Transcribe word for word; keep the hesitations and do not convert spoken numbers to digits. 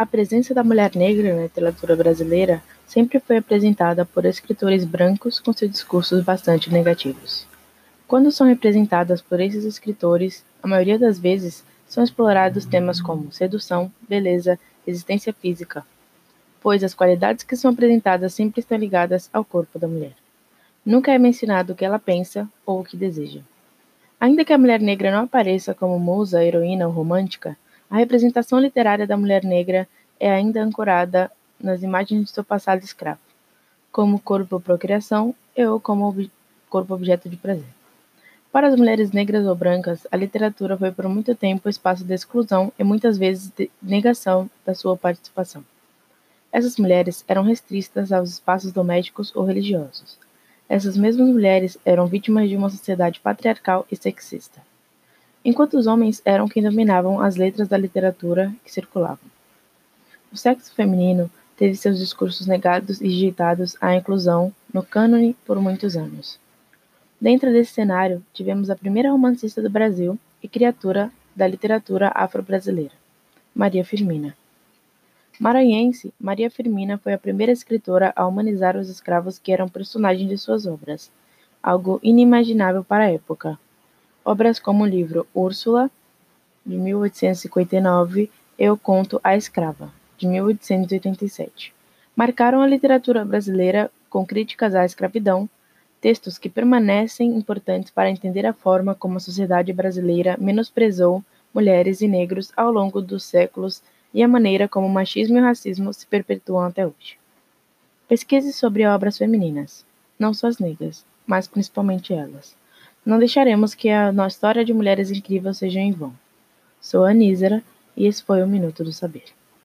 A presença da mulher negra na literatura brasileira sempre foi apresentada por escritores brancos com seus discursos bastante negativos. Quando são representadas por esses escritores, a maioria das vezes são explorados temas como sedução, beleza, resistência física, pois as qualidades que são apresentadas sempre estão ligadas ao corpo da mulher. Nunca é mencionado o que ela pensa ou o que deseja. Ainda que a mulher negra não apareça como musa, heroína ou romântica, a representação literária da mulher negra é ainda ancorada nas imagens de seu passado escravo, como corpo procriação ou como ob- corpo objeto de prazer. Para as mulheres negras ou brancas, a literatura foi por muito tempo espaço de exclusão e muitas vezes de negação da sua participação. Essas mulheres eram restritas aos espaços domésticos ou religiosos. Essas mesmas mulheres eram vítimas de uma sociedade patriarcal e sexista, enquanto os homens eram quem dominavam as letras da literatura que circulavam. O sexo feminino teve seus discursos negados e rejeitados à inclusão no cânone por muitos anos. Dentro desse cenário, tivemos a primeira romancista do Brasil e criatura da literatura afro-brasileira, Maria Firmina. Maranhense, Maria Firmina foi a primeira escritora a humanizar os escravos que eram personagens de suas obras, algo inimaginável para a época. Obras como o livro Úrsula, de mil oitocentos e cinquenta e nove, e o conto A Escrava, de mil oitocentos e oitenta e sete, marcaram a literatura brasileira com críticas à escravidão, textos que permanecem importantes para entender a forma como a sociedade brasileira menosprezou mulheres e negros ao longo dos séculos e a maneira como o machismo e o racismo se perpetuam até hoje. Pesquise sobre obras femininas, não só as negras, mas principalmente elas. Não deixaremos que a nossa história de mulheres incríveis seja em vão. Sou a Anísera e esse foi o Minuto do Saber.